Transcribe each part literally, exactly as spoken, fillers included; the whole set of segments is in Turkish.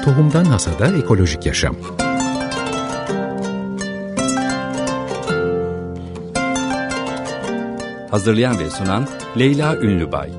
Tohumdan Hasada Ekolojik Yaşam. Hazırlayan ve sunan Leyla Ünlübay.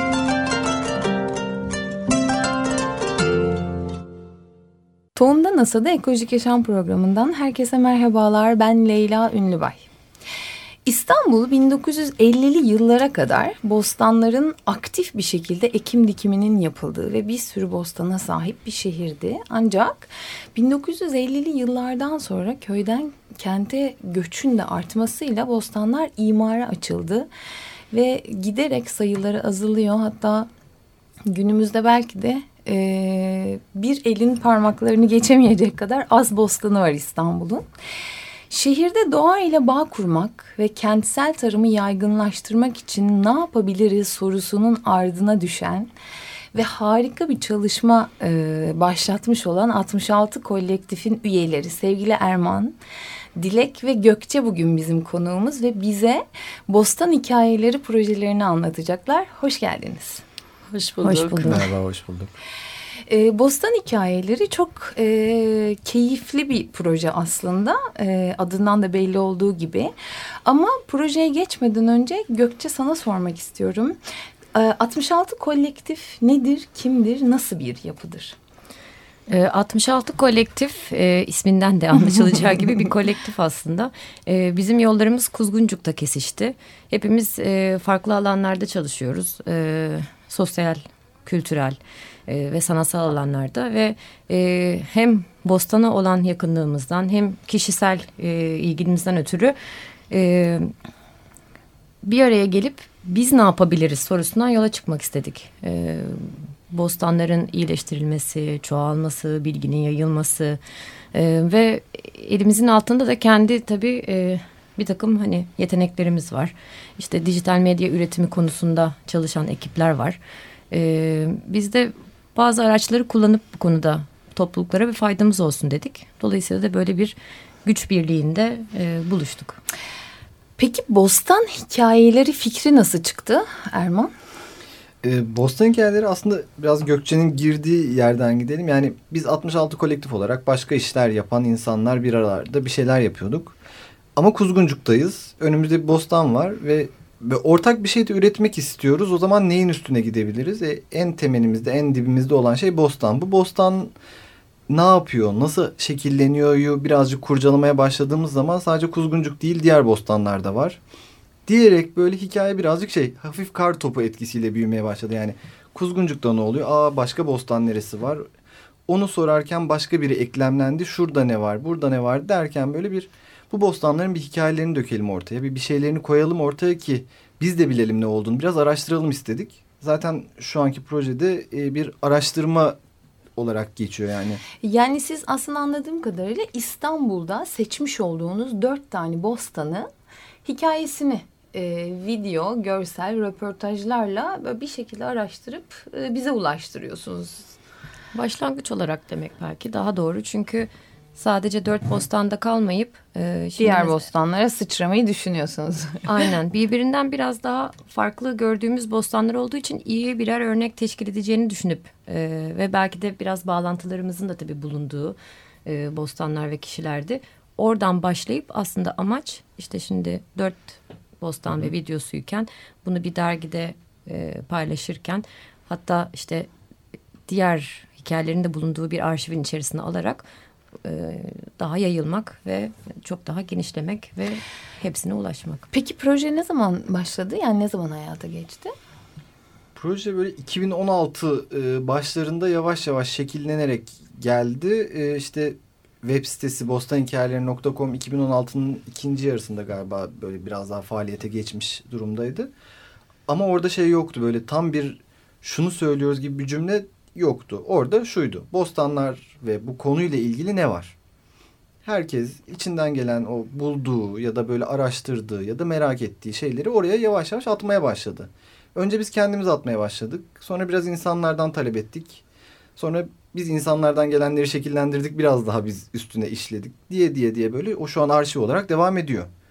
Tohumdan Hasada Ekolojik Yaşam programından herkese merhabalar. Ben Leyla Ünlübay. İstanbul bin dokuz yüz ellili yıllara kadar bostanların aktif bir şekilde ekim dikiminin yapıldığı ve bir sürü bostana sahip bir şehirdi. Ancak bin dokuz yüz ellili yıllardan sonra köyden kente göçün de artmasıyla bostanlar imara açıldı ve giderek sayıları azalıyor. Hatta günümüzde belki de e, bir elin parmaklarını geçemeyecek kadar az bostanı var İstanbul'un. Şehirde doğa ile bağ kurmak ve kentsel tarımı yaygınlaştırmak için ne yapabiliriz sorusunun ardına düşen ve harika bir çalışma e, başlatmış olan altmış altı kolektifin üyeleri sevgili Erman, Dilek ve Gökçe bugün bizim konuğumuz ve bize bostan hikayeleri projelerini anlatacaklar. Hoş geldiniz. Hoş bulduk. Hoş bulduk. Merhaba, hoş bulduk. E, Bostan Hikayeleri çok e, keyifli bir proje aslında, e, adından da belli olduğu gibi. Ama projeye geçmeden önce Gökçe sana sormak istiyorum. E, altmış altı kolektif nedir, kimdir, nasıl bir yapıdır? E, altmış altı kolektif e, isminden de anlaşılacağı gibi bir kolektif aslında. E, bizim yollarımız Kuzguncuk'ta kesişti. Hepimiz e, farklı alanlarda çalışıyoruz. E, sosyal, kültürel e, ve sanatsal alanlarda ve e, hem bostana olan yakınlığımızdan hem kişisel e, ilgimizden ötürü e, bir araya gelip biz ne yapabiliriz sorusundan yola çıkmak istedik. E, bostanların iyileştirilmesi, çoğalması, bilginin yayılması e, ve elimizin altında da kendi tabii e, bir takım hani yeteneklerimiz var. İşte dijital medya üretimi konusunda çalışan ekipler var. Ee, biz de bazı araçları kullanıp bu konuda topluluklara bir faydamız olsun dedik. Dolayısıyla da böyle bir güç birliğinde e, buluştuk. Peki bostan hikayeleri fikri nasıl çıktı Erman? Ee, bostan hikayeleri aslında biraz Gökçe'nin girdiği yerden gidelim. Yani biz altmış altı kolektif olarak başka işler yapan insanlar bir aralarda bir şeyler yapıyorduk. Ama Kuzguncuk'tayız. Önümüzde bir bostan var ve Ve ortak bir şey de üretmek istiyoruz. O zaman neyin üstüne gidebiliriz? E, en temelimizde, en dibimizde olan şey bostan. Bu bostan ne yapıyor, nasıl şekilleniyor birazcık kurcalamaya başladığımız zaman sadece Kuzguncuk değil diğer bostanlar da var. Diyerek böyle hikaye birazcık şey hafif kar topu etkisiyle büyümeye başladı. Yani Kuzguncuk'ta ne oluyor? Aa başka bostan neresi var? Onu sorarken başka biri eklemlendi. Şurada ne var, burada ne var derken böyle bir... Bu bostanların bir hikayelerini dökelim ortaya. Bir, bir şeylerini koyalım ortaya ki biz de bilelim ne olduğunu. Biraz araştıralım istedik. Zaten şu anki projede e, bir araştırma olarak geçiyor yani. Yani siz aslında anladığım kadarıyla İstanbul'da seçmiş olduğunuz dört tane bostanı hikayesini e, video, görsel, röportajlarla böyle bir şekilde araştırıp e, bize ulaştırıyorsunuz. Başlangıç olarak demek belki daha doğru çünkü... Sadece dört bostanda kalmayıp e, diğer bostanlara sıçramayı düşünüyorsunuz. Aynen, birbirinden biraz daha farklı gördüğümüz bostanlar olduğu için iyi birer örnek teşkil edeceğini düşünüp e, ve belki de biraz bağlantılarımızın da tabii bulunduğu e, bostanlar ve kişilerdi. Oradan başlayıp aslında amaç işte şimdi dört bostan ve videosuyken bunu bir dergide e, paylaşırken hatta işte diğer hikayelerin de bulunduğu bir arşivin içerisine alarak daha yayılmak ve çok daha genişlemek ve hepsine ulaşmak. Peki proje ne zaman başladı? Yani ne zaman hayata geçti? Proje böyle iki bin on altı başlarında yavaş yavaş şekillenerek geldi. İşte web sitesi bostanhikayeleri nokta com iki bin on altının ikinci yarısında galiba böyle biraz daha faaliyete geçmiş durumdaydı. Ama orada şey yoktu, böyle tam bir şunu söylüyoruz gibi bir cümle yoktu. Orada şuydu: bostanlar ve bu konuyla ilgili ne var? Herkes içinden gelen o bulduğu ya da böyle araştırdığı ya da merak ettiği şeyleri oraya yavaş yavaş atmaya başladı. Önce biz kendimiz atmaya başladık. Sonra biraz insanlardan talep ettik. Sonra biz insanlardan gelenleri şekillendirdik. Biraz daha biz üstüne işledik diye diye diye böyle o şu an arşiv olarak devam ediyor.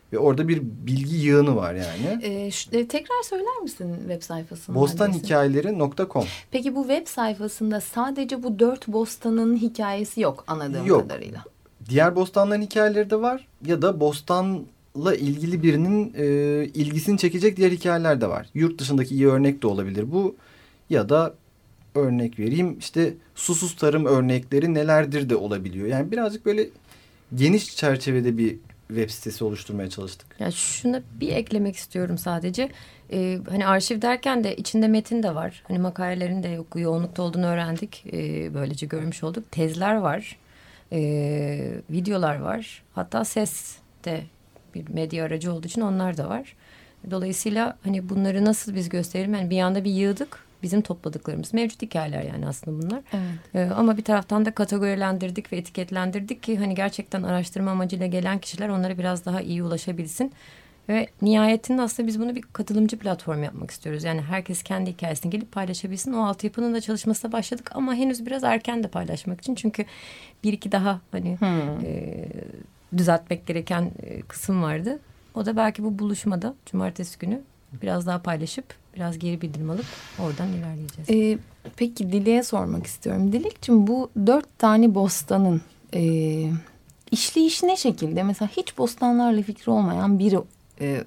Ve orada bir bilgi yığını var yani. Ee, şu, e, tekrar söyler misin web sayfasını? bostan hikayeleri nokta com. Peki bu web sayfasında sadece bu dört bostanın hikayesi yok anladığım yok. kadarıyla. Diğer bostanların hikayeleri de var ya da bostanla ilgili birinin e, ilgisini çekecek diğer hikayeler de var. Yurt dışındaki iyi örnek de olabilir bu ya da örnek vereyim işte susuz tarım örnekleri nelerdir de olabiliyor. Yani birazcık böyle geniş çerçevede bir web sitesi oluşturmaya çalıştık. Ya şuna bir eklemek istiyorum sadece. Ee, hani arşiv derken de içinde metin de var. Hani makalelerin de yok, yoğunlukta olduğunu öğrendik. Ee, böylece görmüş olduk. Tezler var. Ee, videolar var. Hatta ses de bir medya aracı olduğu için onlar da var. Dolayısıyla hani bunları nasıl biz gösterelim? Yani bir yanda bir yığdık. Bizim topladıklarımız mevcut hikayeler yani aslında bunlar. Evet. Ee, ama bir taraftan da kategorilendirdik ve etiketlendirdik ki hani gerçekten araştırma amacıyla gelen kişiler onlara biraz daha iyi ulaşabilsin. Ve nihayetinde aslında biz bunu bir katılımcı platform yapmak istiyoruz. Yani herkes kendi hikayesini gelip paylaşabilsin. O altyapının da çalışmasına başladık ama henüz biraz erken de paylaşmak için. Çünkü bir iki daha hani hmm. e, düzeltmek gereken e, kısım vardı. O da belki bu buluşmada cumartesi günü biraz daha paylaşıp biraz geri bildirim alıp oradan ilerleyeceğiz. Ee, peki Dilek'e sormak istiyorum. Dilek'ciğim bu dört tane bostanın e, işleyişi ne şekilde? Mesela hiç bostanlarla fikri olmayan biri e,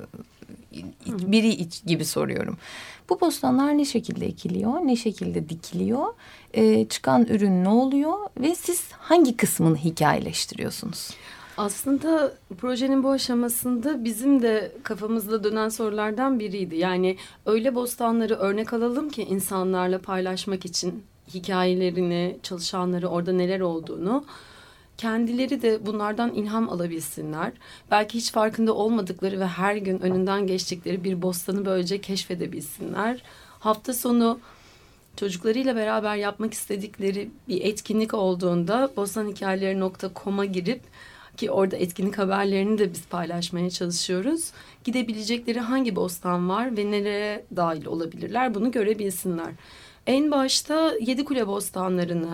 biri gibi soruyorum. Bu bostanlar ne şekilde ekiliyor? Ne şekilde dikiliyor? E, çıkan ürün ne oluyor? Ve siz hangi kısmını hikayeleştiriyorsunuz? Aslında projenin bu aşamasında bizim de kafamızda dönen sorulardan biriydi. Yani öyle bostanları örnek alalım ki insanlarla paylaşmak için hikayelerini, çalışanları, orada neler olduğunu. Kendileri de bunlardan ilham alabilsinler. Belki hiç farkında olmadıkları ve her gün önünden geçtikleri bir bostanı böylece keşfedebilsinler. Hafta sonu çocuklarıyla beraber yapmak istedikleri bir etkinlik olduğunda bostan hikayeleri nokta com'a girip ki orada etkinlik haberlerini de biz paylaşmaya çalışıyoruz. Gidebilecekleri hangi bostan var ve nereye dahil olabilirler bunu görebilsinler. En başta Yedikule bostanlarını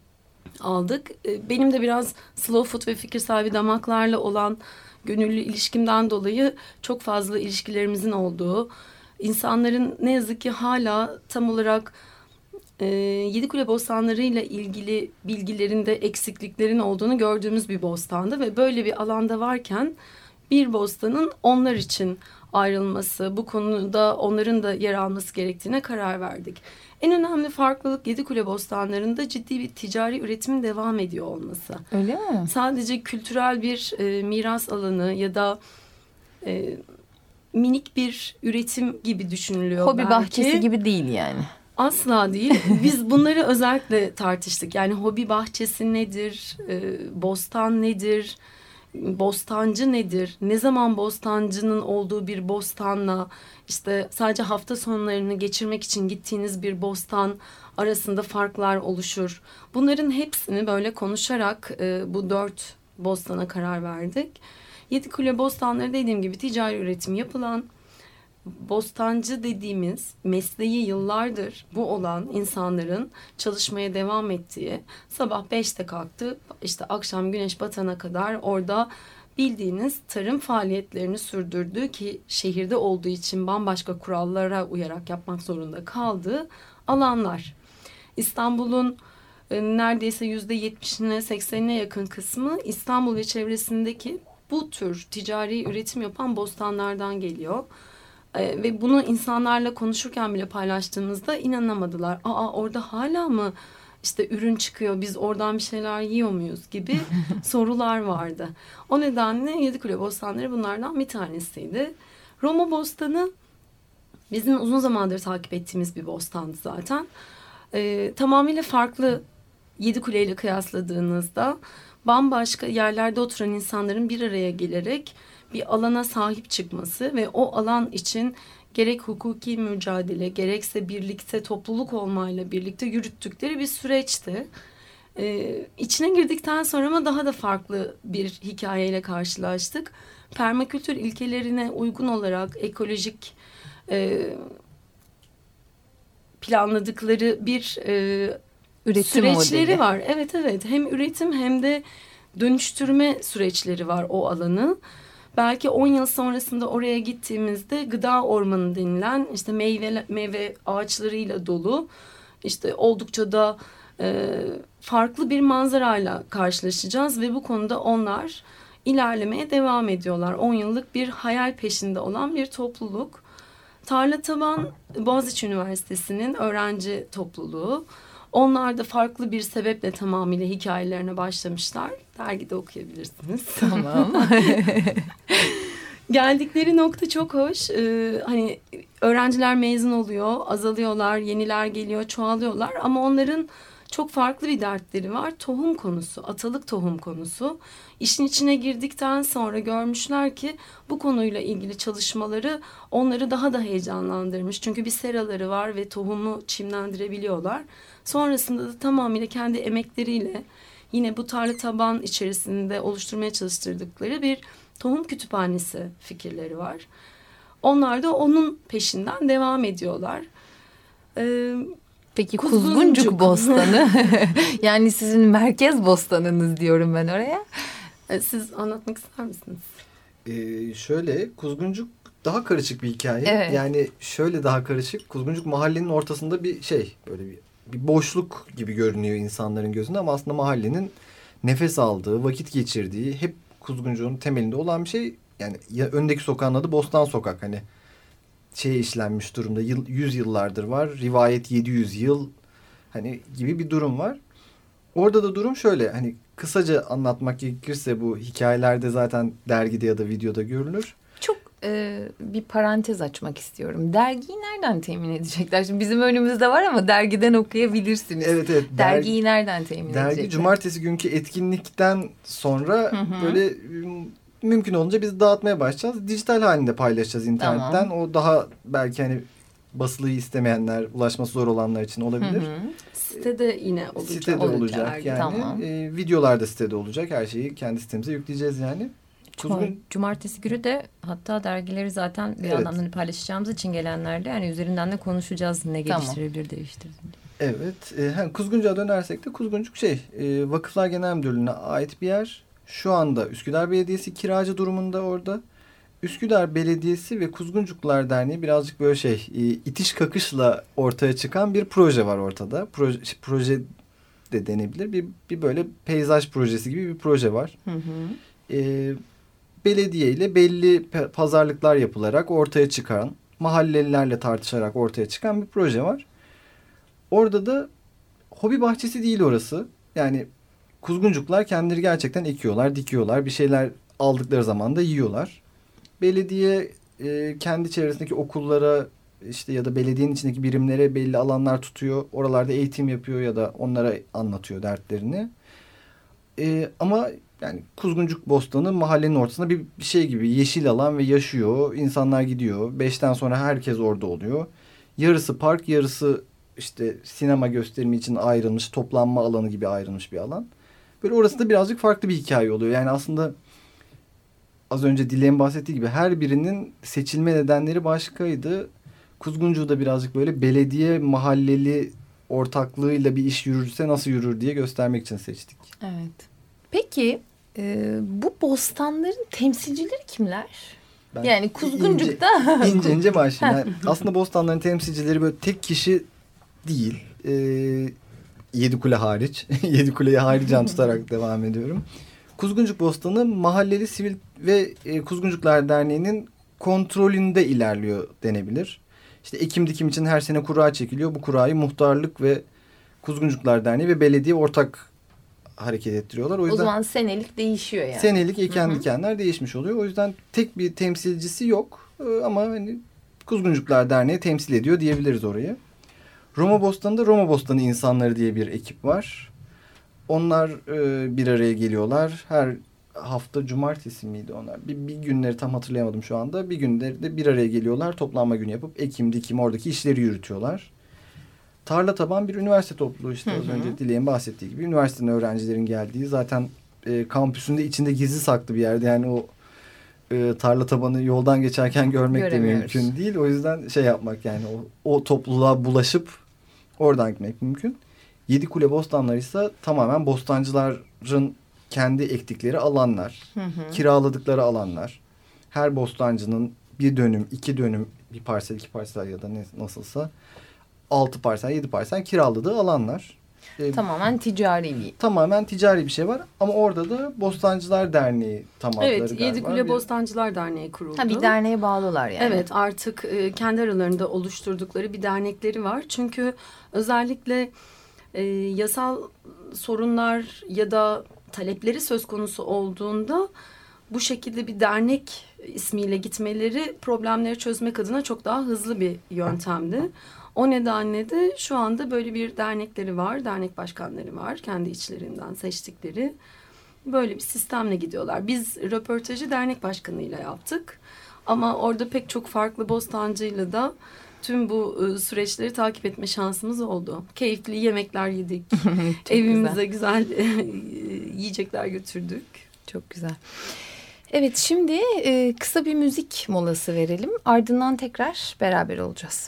aldık. Benim de biraz slow food ve fikir sahibi damaklarla olan gönüllü ilişkimden dolayı çok fazla ilişkilerimizin olduğu, insanların ne yazık ki hala tam olarak e, Yedikule bostanlarıyla ilgili bilgilerinde eksikliklerin olduğunu gördüğümüz bir bostandı ve böyle bir alanda varken bir bostanın onlar için ayrılması, bu konuda onların da yer alması gerektiğine karar verdik. En önemli farklılık Yedikule bostanlarında ciddi bir ticari üretimin devam ediyor olması. Öyle mi? Sadece kültürel bir e, miras alanı ya da e, minik bir üretim gibi düşünülüyor. Hobi belki. bahçesi gibi değil yani. Asla değil. Biz bunları özellikle tartıştık. Yani hobi bahçesi nedir? E, bostan nedir? Bostancı nedir? Ne zaman bostancının olduğu bir bostanla işte sadece hafta sonlarını geçirmek için gittiğiniz bir bostan arasında farklar oluşur. Bunların hepsini böyle konuşarak e, bu dört bostana karar verdik. Yedikule bostanları dediğim gibi ticari üretim yapılan, bostancı dediğimiz mesleği yıllardır bu olan insanların çalışmaya devam ettiği, sabah beşte kalktı, işte akşam güneş batana kadar orada bildiğiniz tarım faaliyetlerini sürdürdüğü ki şehirde olduğu için bambaşka kurallara uyarak yapmak zorunda kaldığı alanlar. İstanbul'un e, neredeyse yüzde yetmişine seksenine yakın kısmı İstanbul ve çevresindeki bu tür ticari üretim yapan bostanlardan geliyor. Ee, ve bunu insanlarla konuşurken bile paylaştığımızda inanamadılar. Aa orada hala mı işte ürün çıkıyor, biz oradan bir şeyler yiyor muyuz gibi sorular vardı. O nedenle Yedikule bostanları bunlardan bir tanesiydi. Roma bostanı bizim uzun zamandır takip ettiğimiz bir bostandı zaten. Ee, tamamıyla farklı Yedikule ile kıyasladığınızda bambaşka yerlerde oturan insanların bir araya gelerek bir alana sahip çıkması ve o alan için gerek hukuki mücadele gerekse birlikte topluluk olmayla birlikte yürüttükleri bir süreçti. Ee, içine girdikten sonra ama daha da farklı bir hikayeyle karşılaştık. Permakültür ilkelerine uygun olarak ekolojik e, planladıkları bir e, üretim süreçleri modeli var. Evet evet, hem üretim hem de dönüştürme süreçleri var o alanı. belki on yıl sonrasında oraya gittiğimizde gıda ormanı denilen işte meyve meyve ağaçlarıyla dolu işte oldukça da e, farklı bir manzarayla karşılaşacağız ve bu konuda onlar ilerlemeye devam ediyorlar. on yıllık bir hayal peşinde olan bir topluluk. Tarlataban Boğaziçi Üniversitesi'nin öğrenci topluluğu. Onlar da farklı bir sebeple tamamıyla hikayelerine başlamışlar. Dergide okuyabilirsiniz. Tamam. Geldikleri nokta çok hoş. Ee, hani öğrenciler mezun oluyor, azalıyorlar, yeniler geliyor, çoğalıyorlar. Ama onların çok farklı bir dertleri var. Tohum konusu, atalık tohum konusu. İşin içine girdikten sonra görmüşler ki bu konuyla ilgili çalışmaları onları daha da heyecanlandırmış. Çünkü bir seraları var ve tohumu çimlendirebiliyorlar. Sonrasında da tamamıyla kendi emekleriyle yine bu tarla taban içerisinde oluşturmaya çalıştırdıkları bir tohum kütüphanesi fikirleri var. Onlar da onun peşinden devam ediyorlar. Ee, Peki Kuzguncuk. Kuzguncuk Bostanı yani sizin merkez bostanınız diyorum ben oraya. siz anlatmak ister misiniz? Ee, şöyle Kuzguncuk daha karışık bir hikaye. Evet. Yani şöyle daha karışık. Kuzguncuk mahallenin ortasında bir şey böyle bir, bir boşluk gibi görünüyor insanların gözünde ama aslında mahallenin nefes aldığı, vakit geçirdiği hep Kuzguncuk'un temelinde olan bir şey. Yani ya, öndeki sokağın adı Bostan Sokak hani şeye işlenmiş durumda. Yıl, yüz yıllardır var. Rivayet yedi yüz yıl hani gibi bir durum var. Orada da durum şöyle hani kısaca anlatmak gerekirse bu hikayelerde zaten dergide ya da videoda görülür. Çok e, bir parantez açmak istiyorum. Dergiyi nereden temin edecekler? Şimdi bizim önümüzde var ama dergiden okuyabilirsiniz. Evet evet. Dergiyi nereden temin dergi, edecekler? Dergi cumartesi günkü etkinlikten sonra Hı hı. böyle mümkün olunca biz dağıtmaya başlayacağız. Dijital halinde paylaşacağız internetten. Tamam. O daha belki hani basılıyı istemeyenler, ulaşması zor olanlar için olabilir. Hı hı. Sitede yine olacak. Sitede olacak, olacak, yani. tamam. E, videolar da sitede olacak. Her şeyi kendi sitemize yükleyeceğiz yani. Kuzgun... Cumartesi günü de hatta dergileri zaten bir Evet. yandan hani paylaşacağımız için gelenlerle yani üzerinden de konuşacağız ne Tamam. geliştirebilir değiştirebilir. Evet. E, hani Kuzguncuk'a dönersek de Kuzguncuk şey e, Vakıflar Genel Müdürlüğü'ne ait bir yer. Şu anda Üsküdar Belediyesi kiracı durumunda orada. Üsküdar Belediyesi ve Kuzguncuklar Derneği birazcık böyle şey e, itiş kakışla ortaya çıkan bir proje var ortada. Proje, proje de denebilir. Bir, bir böyle peyzaj projesi gibi bir proje var. Hı hı. E, belediye ile belli pazarlıklar yapılarak ortaya çıkan, mahallelilerle tartışarak ortaya çıkan bir proje var. Orada da hobi bahçesi değil orası. Yani Kuzguncuklar kendileri gerçekten ekiyorlar, dikiyorlar. Bir şeyler aldıkları zaman da yiyorlar. Belediye e, kendi çevresindeki okullara işte ya da belediyenin içindeki birimlere belli alanlar tutuyor. Oralarda eğitim yapıyor ya da onlara anlatıyor dertlerini. E, ama yani Kuzguncuk Bostanı mahallenin ortasında bir, bir şey gibi yeşil alan ve yaşıyor. İnsanlar gidiyor. Beşten sonra herkes orada oluyor. Yarısı park, yarısı işte sinema gösterimi için ayrılmış, toplanma alanı gibi ayrılmış bir alan. Böyle orası da birazcık farklı bir hikaye oluyor. Yani aslında az önce Dilek'in bahsettiği gibi her birinin seçilme nedenleri başkaydı. Kuzguncuk'u da birazcık böyle belediye mahalleli ortaklığıyla bir iş yürürse nasıl yürür diye göstermek için seçtik. Evet. Peki e, bu bostanların temsilcileri kimler? Ben Yani Kuzguncuk'ta ince ince, ince başlayayım. Yani aslında bostanların temsilcileri böyle tek kişi değil. Ee, Yedikule hariç. Yedikule'yi haricen tutarak devam ediyorum. Kuzguncuk Bostanı mahalleli sivil ve e, Kuzguncuklar Derneği'nin kontrolünde ilerliyor denebilir. İşte ekim dikim için her sene kura çekiliyor. Bu kurayı muhtarlık ve Kuzguncuklar Derneği ve belediye ortak hareket ettiriyorlar. O, yüzden o zaman senelik değişiyor yani. Senelik eken dikenler değişmiş oluyor. O yüzden tek bir temsilcisi yok. Ee, ama hani Kuzguncuklar Derneği temsil ediyor diyebiliriz orayı. Roma Bostanı'nda Roma Bostanı insanları diye bir ekip var. Onlar e, bir araya geliyorlar. Her hafta cumartesi miydi onlar? Bir, bir günleri tam hatırlayamadım şu anda. Bir günleri de bir araya geliyorlar. Toplanma günü yapıp ekim dikim oradaki işleri yürütüyorlar. Tarla Taban bir üniversite topluluğu işte az önce Dilek'in bahsettiği gibi. Üniversitenin öğrencilerin geldiği zaten e, kampüsünde içinde gizli saklı bir yerde. Yani o e, Tarla Taban'ı yoldan geçerken görmek de mümkün değil. O yüzden şey yapmak yani o, o topluluğa bulaşıp oradan gitmek mümkün. Yedikule Bostanları ise tamamen bostancıların kendi ektikleri alanlar. Hı hı. Kiraladıkları alanlar. her bostancının bir dönüm, iki dönüm, bir parsel, iki parsel ya da ne, nasılsa altı parsel, yedi parsel kiraladığı alanlar. Ee, Tamamen ticari bir. Tamamen ticari bir şey var ama orada da Bostancılar Derneği tam adları Evet, galiba. Yedikule bir... Bostancılar Derneği kuruldu. Ha, bir derneğe bağlılar yani. Evet, artık e, kendi aralarında oluşturdukları bir dernekleri var. Çünkü özellikle e, yasal sorunlar ya da talepleri söz konusu olduğunda bu şekilde bir dernek ismiyle gitmeleri problemleri çözmek adına çok daha hızlı bir yöntemdi. O nedenle de şu anda böyle bir dernekleri var, dernek başkanları var, kendi içlerinden seçtikleri. Böyle bir sistemle gidiyorlar. Biz röportajı dernek başkanıyla yaptık. Ama orada pek çok farklı bostancıyla da tüm bu süreçleri takip etme şansımız oldu. Keyifli yemekler yedik. Evimize güzel, güzel yiyecekler götürdük. Çok güzel. Evet, şimdi e, kısa bir müzik molası verelim. Ardından tekrar beraber olacağız.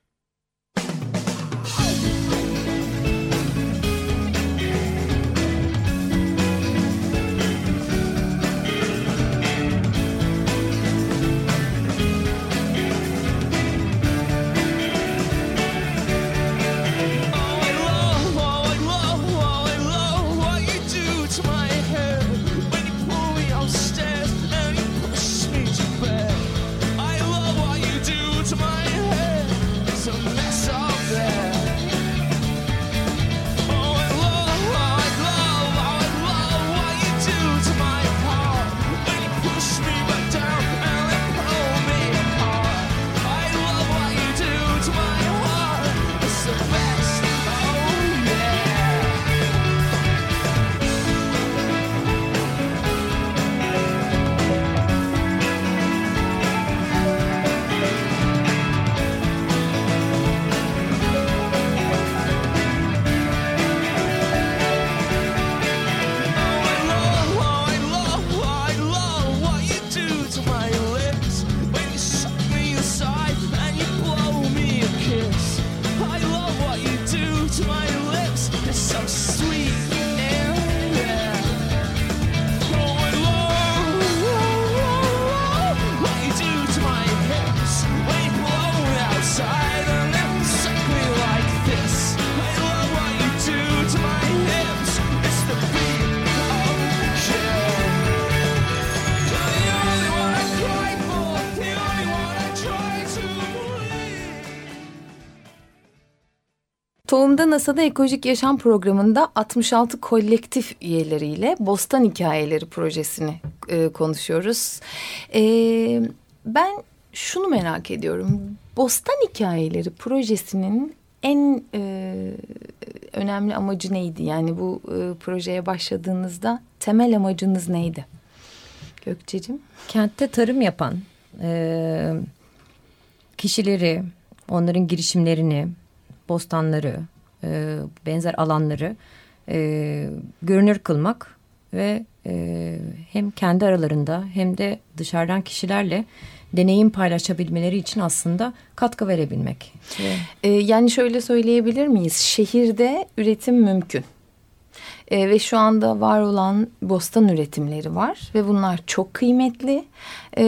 Tohum'da NASA'da Ekolojik Yaşam Programı'nda altmış altı kolektif üyeleriyle Bostan Hikayeleri projesini e, konuşuyoruz. E, ben şunu merak ediyorum. Bostan Hikayeleri projesinin en e, önemli amacı neydi? Yani bu e, projeye başladığınızda temel amacınız neydi? Gökçe'cim? Kentte tarım yapan e, kişileri, onların girişimlerini, bostanları, e, benzer alanları e, görünür kılmak ve e, hem kendi aralarında hem de dışarıdan kişilerle deneyim paylaşabilmeleri için aslında katkı verebilmek. E, yani şöyle söyleyebilir miyiz? Şehirde üretim mümkün. E, ve şu anda var olan bostan üretimleri var ve bunlar çok kıymetli. E,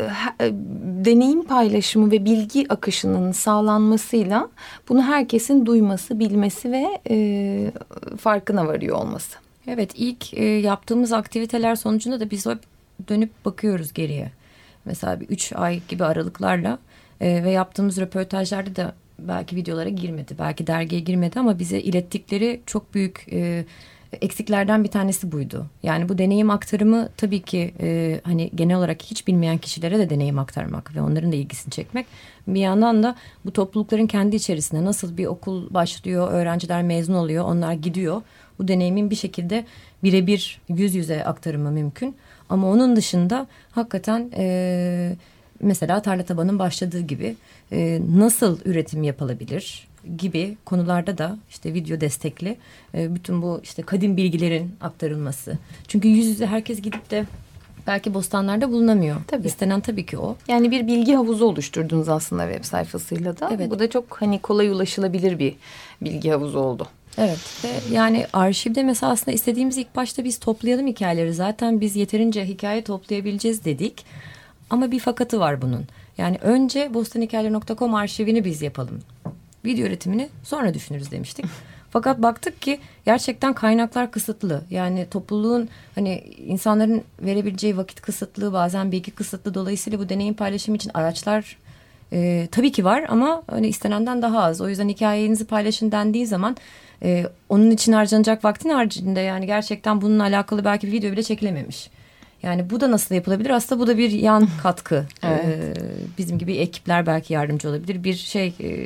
deneyim paylaşımı ve bilgi akışının sağlanmasıyla bunu herkesin duyması, bilmesi ve e, farkına varıyor olması. Evet, ilk e, yaptığımız aktiviteler sonucunda da biz hep dönüp bakıyoruz geriye. Mesela bir üç ay gibi aralıklarla e, ve yaptığımız röportajlarda da belki videolara girmedi, belki dergiye girmedi ama bize ilettikleri çok büyük e, eksiklerden bir tanesi buydu. Yani bu deneyim aktarımı tabii ki e, hani genel olarak hiç bilmeyen kişilere de deneyim aktarmak ve onların da ilgisini çekmek. Bir yandan da bu toplulukların kendi içerisinde nasıl bir okul başlıyor, öğrenciler mezun oluyor, onlar gidiyor. Bu deneyimin bir şekilde birebir yüz yüze aktarımı mümkün. Ama onun dışında hakikaten e, mesela tarla tabanın başladığı gibi e, nasıl üretim yapılabilir gibi konularda da işte video destekli e, bütün bu işte kadim bilgilerin aktarılması. Çünkü yüz yüze herkes gidip de belki bostanlarda bulunamıyor. Tabii. İstenen tabii ki o. Yani bir bilgi havuzu oluşturdunuz aslında web sayfasıyla da. Evet. Bu da çok hani kolay ulaşılabilir bir bilgi havuzu oldu. Evet ve yani arşivde mesela aslında istediğimiz ilk başta biz toplayalım hikayeleri. Zaten biz yeterince hikaye toplayabileceğiz dedik. Ama bir fakatı var bunun. Yani önce bostanhikayeleri nokta com arşivini biz yapalım. Video üretimini sonra düşünürüz demiştik. Fakat baktık ki gerçekten kaynaklar kısıtlı. Yani topluluğun hani insanların verebileceği vakit kısıtlı, bazen bilgi kısıtlı. Dolayısıyla bu deneyim paylaşımı için araçlar e, tabii ki var ama hani istenenden daha az. O yüzden hikayenizi paylaşın dendiği zaman e, onun için harcanacak vaktin haricinde yani gerçekten bununla alakalı belki bir video bile çekilememiş. Yani bu da nasıl yapılabilir? Aslında bu da bir yan katkı. Evet. Ee, bizim gibi ekipler belki yardımcı olabilir. Bir şey, e,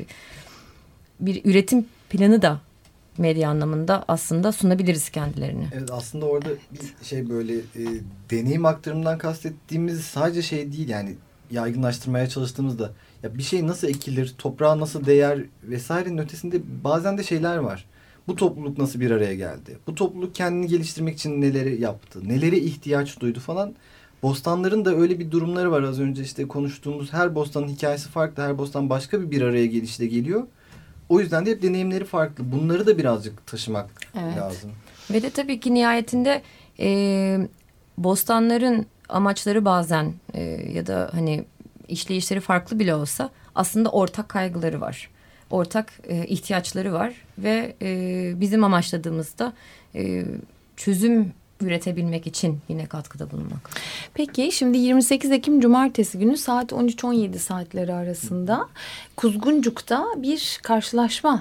bir üretim planı da medya anlamında aslında sunabiliriz kendilerine. Evet, aslında orada bir şey böyle e, deneyim aktarımından kastettiğimiz sadece şey değil yani yaygınlaştırmaya çalıştığımızda ya bir şey nasıl ekilir, toprağa nasıl değer vesairenin ötesinde bazen de şeyler var. Bu topluluk nasıl bir araya geldi? Bu topluluk kendini geliştirmek için neleri yaptı? Nelere ihtiyaç duydu falan. Bostanların da öyle bir durumları var. Az önce işte konuştuğumuz her bostanın hikayesi farklı. Her bostan başka bir bir araya gelişle geliyor. O yüzden de hep deneyimleri farklı. Bunları da birazcık taşımak evet. lazım. Ve de tabii ki nihayetinde e, bostanların amaçları bazen e, ya da hani işleyişleri farklı bile olsa aslında ortak kaygıları var. Ortak e, ihtiyaçları var ve e, bizim amaçladığımızda e, çözüm üretebilmek için yine katkıda bulunmak. Peki şimdi yirmi sekiz Ekim Cumartesi günü saat on üç on yedi saatleri arasında Kuzguncuk'ta bir karşılaşma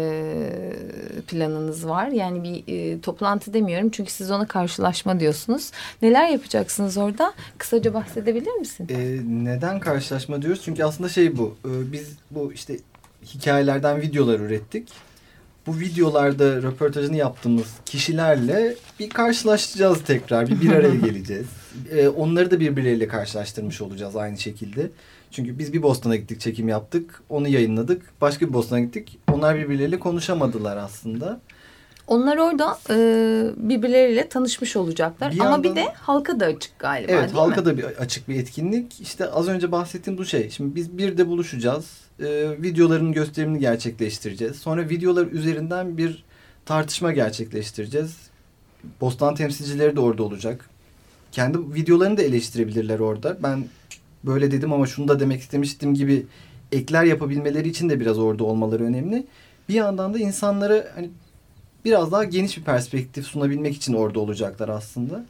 e, planınız var. Yani bir e, toplantı demiyorum çünkü siz ona karşılaşma diyorsunuz. Neler yapacaksınız orada? Kısaca bahsedebilir misin? E, neden karşılaşma diyoruz? Çünkü aslında şey bu. E, biz bu işte hikayelerden videolar ürettik. Bu videolarda röportajını yaptığımız kişilerle bir karşılaşacağız tekrar. Bir bir araya geleceğiz. Ee, onları da birbirleriyle karşılaştırmış olacağız aynı şekilde. Çünkü biz bir bostana gittik, çekim yaptık. Onu yayınladık. Başka bir bostana gittik. Onlar birbirleriyle konuşamadılar aslında. Onlar orada e, birbirleriyle tanışmış olacaklar. Bir Ama yandan, bir de halka da açık galiba evet, değil halka mi? da bir açık bir etkinlik. İşte az önce bahsettiğim bu şey. Şimdi biz bir de buluşacağız. Ee, videoların gösterimini gerçekleştireceğiz. Sonra videolar üzerinden bir tartışma gerçekleştireceğiz. Bostan temsilcileri de orada olacak. Kendi videolarını da eleştirebilirler orada. Ben böyle dedim ama şunu da demek istemiştim gibi ekler yapabilmeleri için de biraz orada olmaları önemli. Bir yandan da insanlara hani biraz daha geniş bir perspektif sunabilmek için orada olacaklar aslında.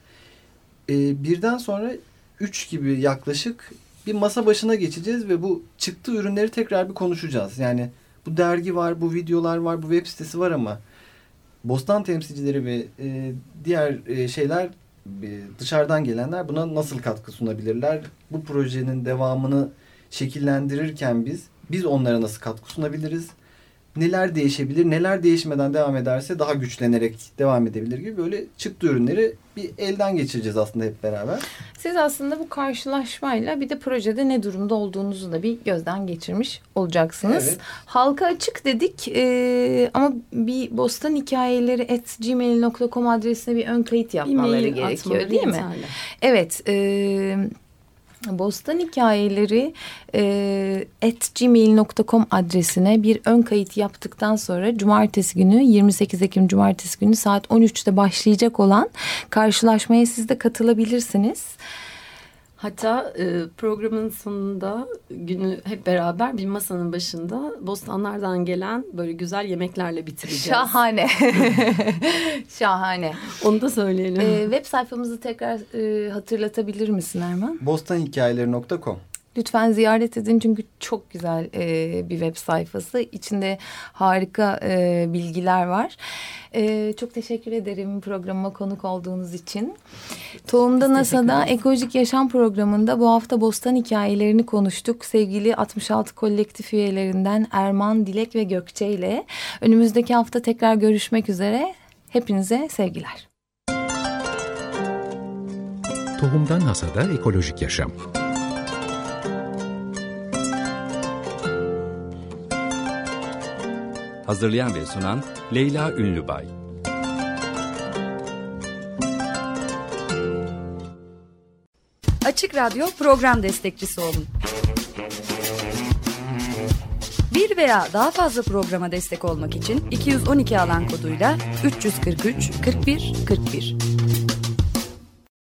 Ee, birden sonra üç gibi yaklaşık bir masa başına geçeceğiz ve bu çıktı ürünleri tekrar bir konuşacağız. Yani bu dergi var, bu videolar var, bu web sitesi var ama bostan temsilcileri ve e, diğer e, şeyler e, dışarıdan gelenler buna nasıl katkı sunabilirler? Bu projenin devamını şekillendirirken biz biz onlara nasıl katkı sunabiliriz? Neler değişebilir, neler değişmeden devam ederse daha güçlenerek devam edebilir gibi böyle çıktı ürünleri bir elden geçireceğiz aslında hep beraber. Siz aslında bu karşılaşmayla bir de projede ne durumda olduğunuzu da bir gözden geçirmiş olacaksınız. Evet. Halka açık dedik e, ama bir bostan hikayeleri at gmail nokta com adresine bir ön kayıt yapmaları gerekiyor değil mi? Yeterli. Evet. Evet. Bostan hikayeleri e, at gmail nokta com adresine bir ön kayıt yaptıktan sonra cumartesi günü yirmi sekiz Ekim Cumartesi günü saat on üçte başlayacak olan karşılaşmaya siz de katılabilirsiniz. Hatta e, programın sonunda günü hep beraber bir masanın başında bostanlardan gelen böyle güzel yemeklerle bitireceğiz. Şahane. Şahane. Onu da söyleyelim. E, web sayfamızı tekrar e, hatırlatabilir misin Erman? bostan hikayeleri nokta com. Lütfen ziyaret edin çünkü çok güzel e, bir web sayfası. İçinde harika e, bilgiler var. E, çok teşekkür ederim programıma konuk olduğunuz için. Tohum'da NASA'da Ekolojik Yaşam programında bu hafta bostan hikayelerini konuştuk. Sevgili altmış altı kolektif üyelerinden Erman, Dilek ve Gökçe ile önümüzdeki hafta tekrar görüşmek üzere. Hepinize sevgiler. Tohum'da NASA'da Ekolojik Yaşam. Hazırlayan ve sunan Leyla Ünlübay. Açık Radyo program destekçisi olun. Bir veya daha fazla programa destek olmak için iki yüz on iki alan koduyla üç yüz kırk üç kırk bir kırk bir.